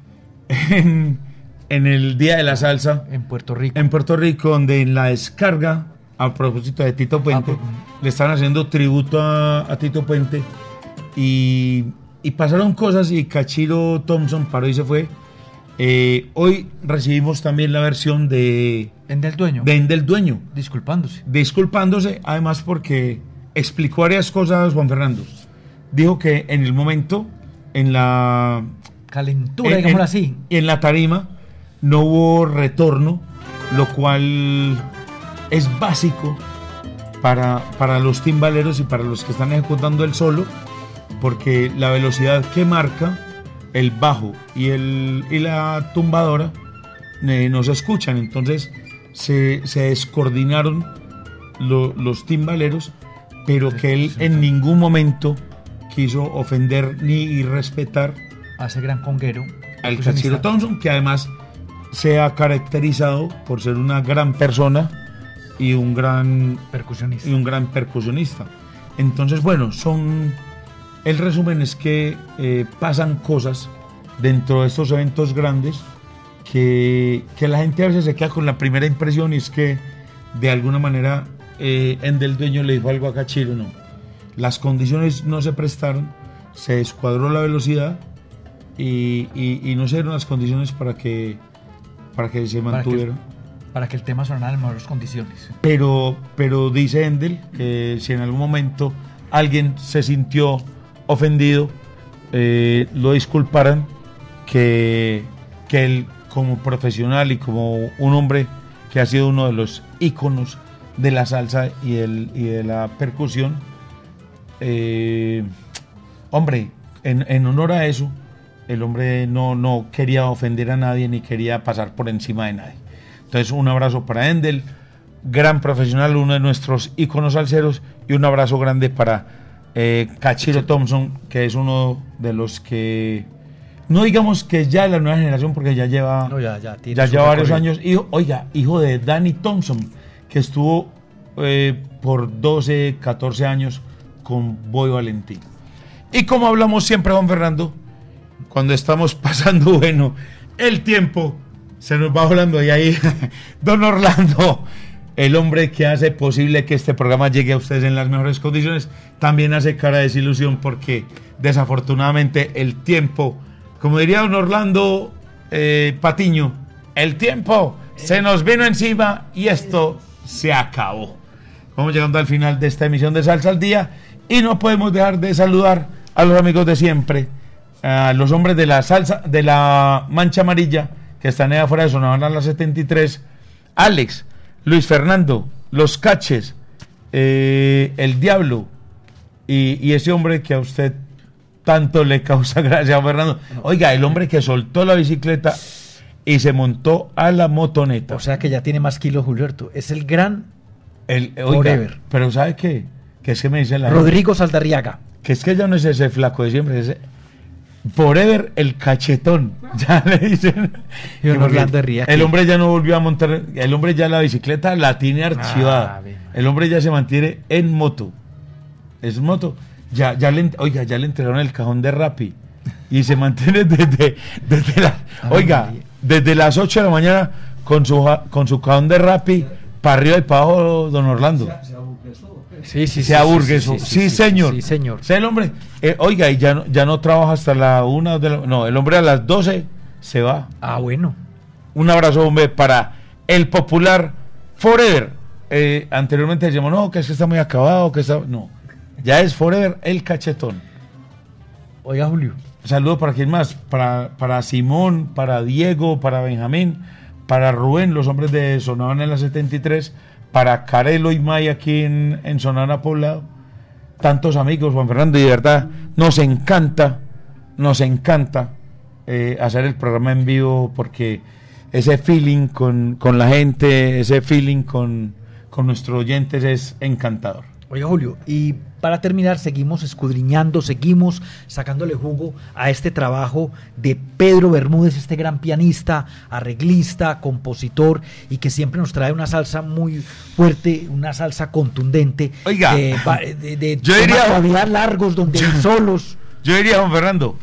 el Día de la Salsa en Puerto Rico. En Puerto Rico, donde en la descarga, a propósito de Tito Puente, le están haciendo tributo a Tito Puente y pasaron cosas y Cachiro Thompson paró y se fue. Hoy recibimos también la versión de Endel Dueño. Disculpándose, además porque explicó varias cosas, Juan Fernando. Dijo que en el momento, en la calentura, digámoslo así, en la tarima, no hubo retorno, lo cual es básico para los timbaleros y para los que están ejecutando el solo, porque la velocidad que marca el bajo y la tumbadora no se escuchan, entonces se descoordinaron los timbaleros, pero que él en ningún momento quiso ofender ni irrespetar a ese gran conguero al Cachiro Thompson, que además se ha caracterizado por ser una gran persona y un gran percusionista. Entonces, bueno, el resumen es que pasan cosas dentro de estos eventos grandes que la gente a veces se queda con la primera impresión, y es que de alguna manera Endel Dueño le dijo algo a Cachiro. No, las condiciones no se prestaron, se descuadró la velocidad y no se dieron las condiciones para que se mantuviera. Para que el tema sonara en mejores condiciones. Pero dice Endel que si en algún momento alguien se sintió ofendido, lo disculparan, que él, como profesional y como un hombre que ha sido uno de los íconos de la salsa y de la percusión, hombre, en honor a eso, el hombre no quería ofender a nadie ni quería pasar por encima de nadie. Entonces, un abrazo para Endel, gran profesional, uno de nuestros íconos salseros, y un abrazo grande para Cachiro Thompson, que es uno de los que, no digamos que ya de la nueva generación, porque ya lleva varios años, hijo de Danny Thompson, que estuvo por 12, 14 años con Boy Valentín. Y como hablamos siempre, Juan Fernando, cuando estamos pasando bueno el tiempo, se nos va volando, y ahí don Orlando, el hombre que hace posible que este programa llegue a ustedes en las mejores condiciones, también hace cara de desilusión, porque desafortunadamente el tiempo, como diría don Orlando Patiño, el tiempo se nos vino encima y esto se acabó. Vamos llegando al final de esta emisión de Salsa al Día, y no podemos dejar de saludar a los amigos de siempre, a los hombres de la salsa, de la Mancha Amarilla, que están ahí afuera de Sonavana, la 73, Alex, Luis Fernando, Los Caches, El Diablo, y ese hombre que a usted tanto le causa gracia, Fernando. Oiga, el hombre que soltó la bicicleta y se montó a la motoneta. O sea que ya tiene más kilos, Julierto. Es el gran Forever. Pero ¿sabe qué? Que es que me dice Rodrigo Saldarriaga. Que es que ya no es ese flaco de siempre, es Forever el cachetón, ya le dicen. Y Orlando ría. El hombre ya no volvió a montar, el hombre ya la bicicleta la tiene archivada. El hombre ya se mantiene en moto. Es moto. Ya le entregaron el cajón de Rappi y se mantiene desde las 8 de la mañana con su cajón de Rappi para arriba y para abajo, don Orlando. Se aburguesó. Sí, señor. O sea, el hombre, y ya no trabaja hasta la 1 de la... No, el hombre a las 12 se va. Bueno. Un abrazo, hombre, para el popular Forever. Anteriormente decíamos, no, que es que está muy acabado, no, ya es Forever el cachetón. Oiga, Julio. Saludos para quién más, para Simón, para Diego, para Benjamín, para Rubén, los hombres de Sonavana en la 73, para Carelo y May aquí en Sonavana Poblado. Tantos amigos, Juan Fernando, y de verdad nos encanta hacer el programa en vivo, porque ese feeling con la gente, ese feeling con nuestros oyentes es encantador. Oiga, Julio, y para terminar, seguimos escudriñando, seguimos sacándole jugo a este trabajo de Pedro Bermúdez, este gran pianista, arreglista, compositor, y que siempre nos trae una salsa muy fuerte, una salsa contundente. Oiga, yo diría largos, donde hay solos. Yo diría, Juan Fernando,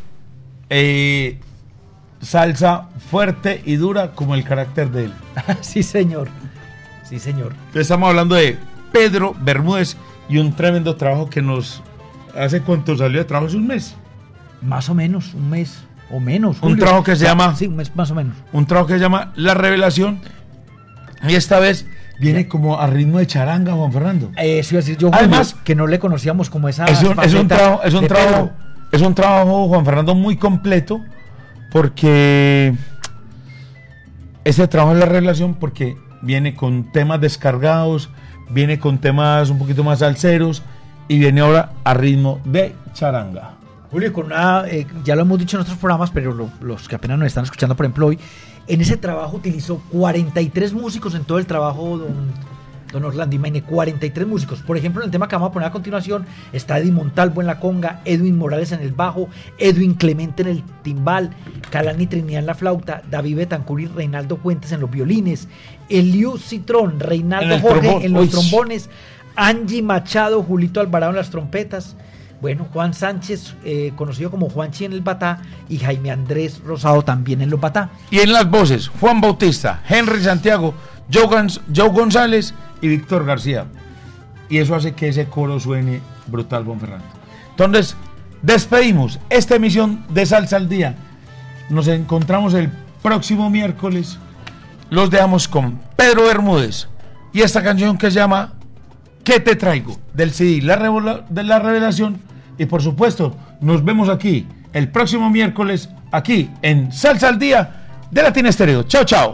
salsa fuerte y dura como el carácter de él. Sí, señor. Estamos hablando de Pedro Bermúdez, y un tremendo trabajo que nos... ¿Hace cuánto salió de trabajo? ¿Es un mes? Más o menos, un mes o menos. Julio. Un trabajo que se llama... Sí, un mes más o menos. Un trabajo que se llama La Revelación, y esta vez viene como a ritmo de charanga, Juan Fernando. Eso iba a decir yo, además, que no le conocíamos como esa... Es un trabajo, Juan Fernando, muy completo, porque... Ese trabajo es La Revelación porque viene con temas descargados, viene con temas un poquito más salseros, y viene ahora a ritmo de charanga. Julio, con una, ya lo hemos dicho en otros programas, pero los que apenas nos están escuchando, por ejemplo, hoy, en ese trabajo utilizó 43 músicos en todo el trabajo, don Orlando Imaine, 43 músicos. Por ejemplo, en el tema que vamos a poner a continuación, está Eddie Montalvo en la conga, Edwin Morales en el bajo, Edwin Clemente en el timbal, Calani Trinidad en la flauta, David Betancur y Reinaldo Fuentes en los violines, Eliu Citrón, Reinaldo Jorge en los trombones, Angie Machado, Julito Alvarado en las trompetas, bueno, Juan Sánchez, conocido como Juanchi en el batá, y Jaime Andrés Rosado también en los batá. Y en las voces, Juan Bautista, Henry Santiago, Joe González y Víctor García. Y eso hace que ese coro suene brutal, Juan Fernando. Entonces, despedimos esta emisión de Salsa al Día. Nos encontramos el próximo miércoles. Los dejamos con Pedro Bermúdez y esta canción que se llama ¿Qué te traigo? Del CD de la Revelación. Y por supuesto, nos vemos aquí el próximo miércoles, aquí en Salsa al Día de Latina Estéreo. Chao, chao.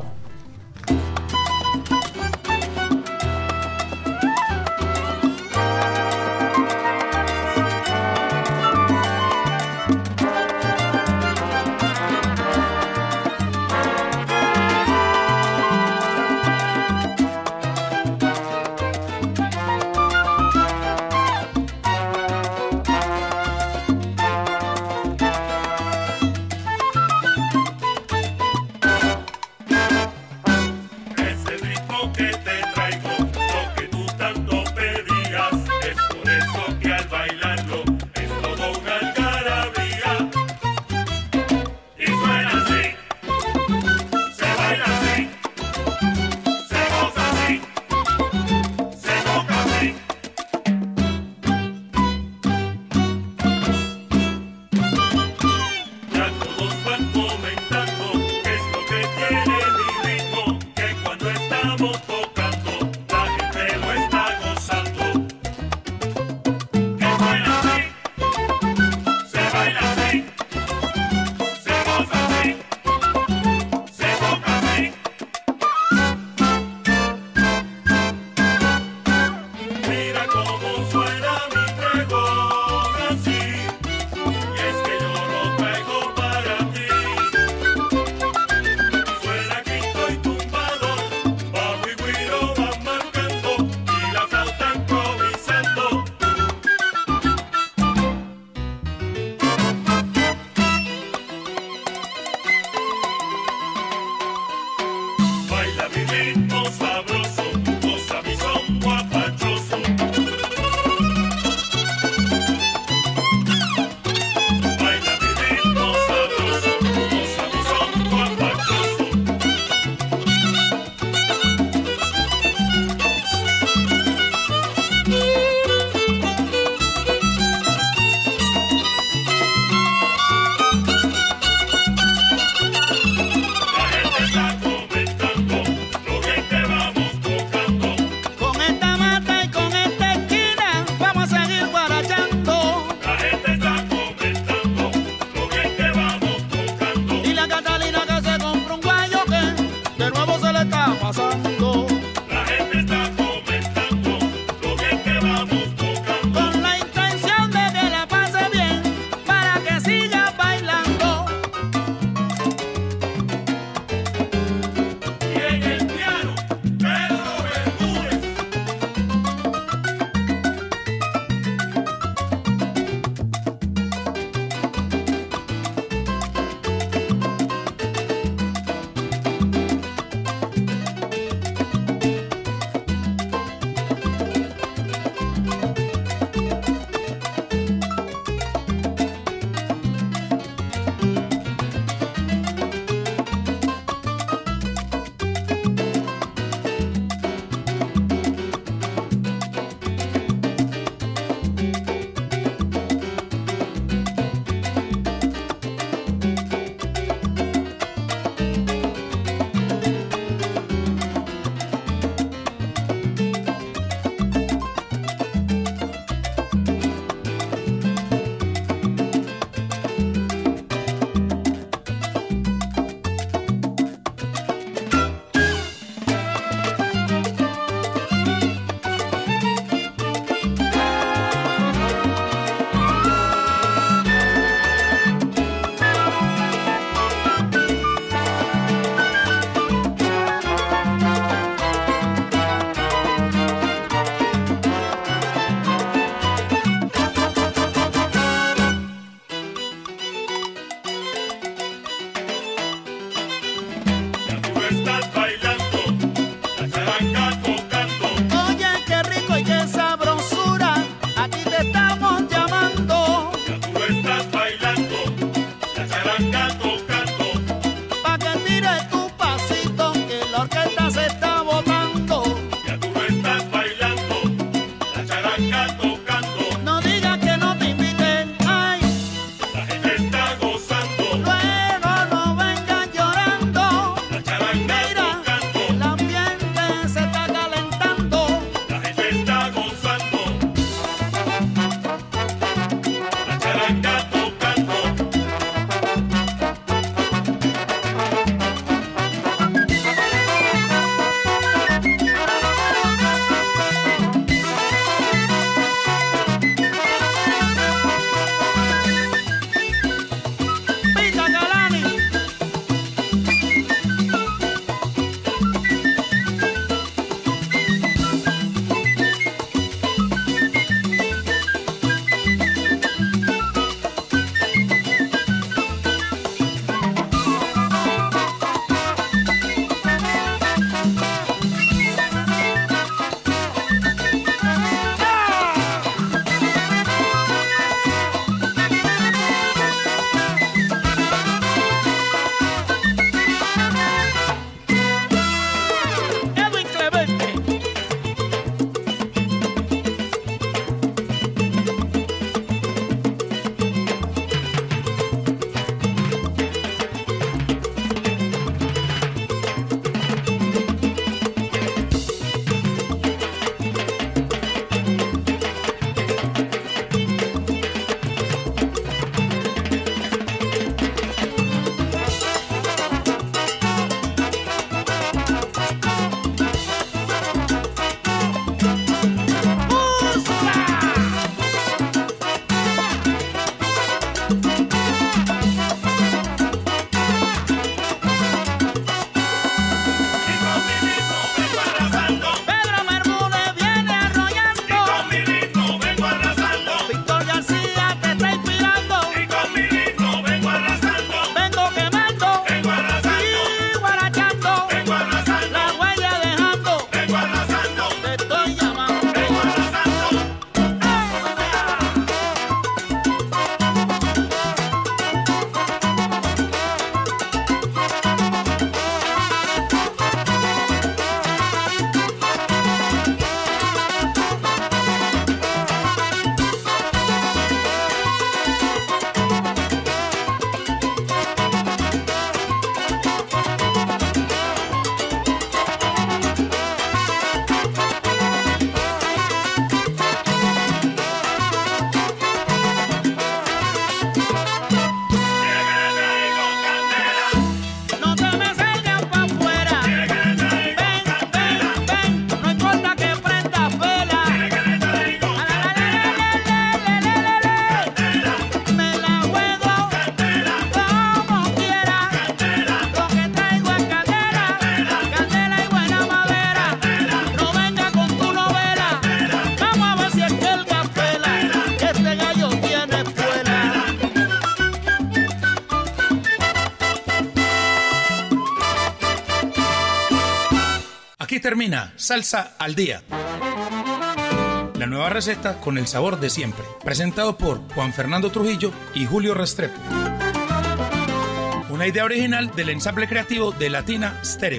Aquí termina Salsa al Día. La nueva receta con el sabor de siempre. Presentado por Juan Fernando Trujillo y Julio Restrepo. Una idea original del ensamble creativo de Latina Stereo.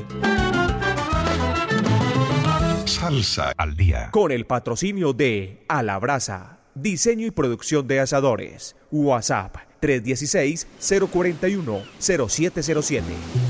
Salsa al Día. Con el patrocinio de A la Brasa, diseño y producción de asadores. WhatsApp 316-041-0707.